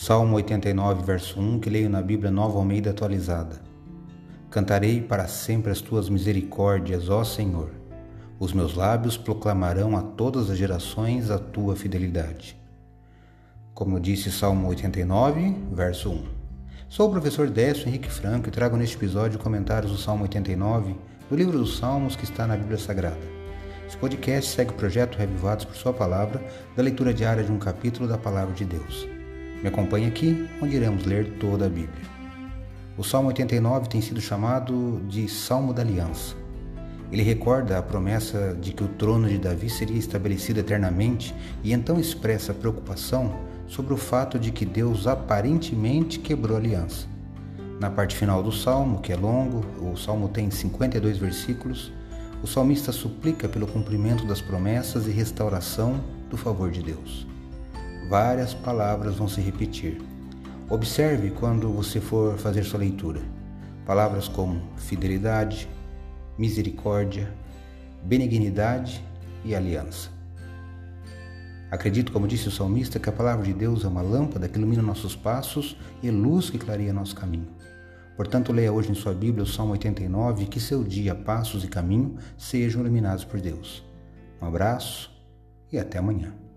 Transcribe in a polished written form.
Salmo 89, verso 1, que leio na Bíblia Nova Almeida Atualizada. Cantarei para sempre as tuas misericórdias, ó Senhor. Os meus lábios proclamarão a todas as gerações a tua fidelidade. Como eu disse, Salmo 89, verso 1. Sou o professor Décio Henrique Franco e trago neste episódio comentários do Salmo 89, do livro dos Salmos que está na Bíblia Sagrada. Esse podcast segue o projeto Revivados por Sua Palavra, da leitura diária de um capítulo da Palavra de Deus. Me acompanhe aqui, onde iremos ler toda a Bíblia. O Salmo 89 tem sido chamado de Salmo da Aliança. Ele recorda a promessa de que o trono de Davi seria estabelecido eternamente e então expressa preocupação sobre o fato de que Deus aparentemente quebrou a aliança. Na parte final do Salmo, que é longo, o Salmo tem 52 versículos, o salmista suplica pelo cumprimento das promessas e restauração do favor de Deus. Várias palavras vão se repetir. Observe quando você for fazer sua leitura. Palavras como fidelidade, misericórdia, benignidade e aliança. Acredito, como disse o salmista, que a palavra de Deus é uma lâmpada que ilumina nossos passos e luz que clareia nosso caminho. Portanto, leia hoje em sua Bíblia o Salmo 89 e que seu dia, passos e caminho sejam iluminados por Deus. Um abraço e até amanhã.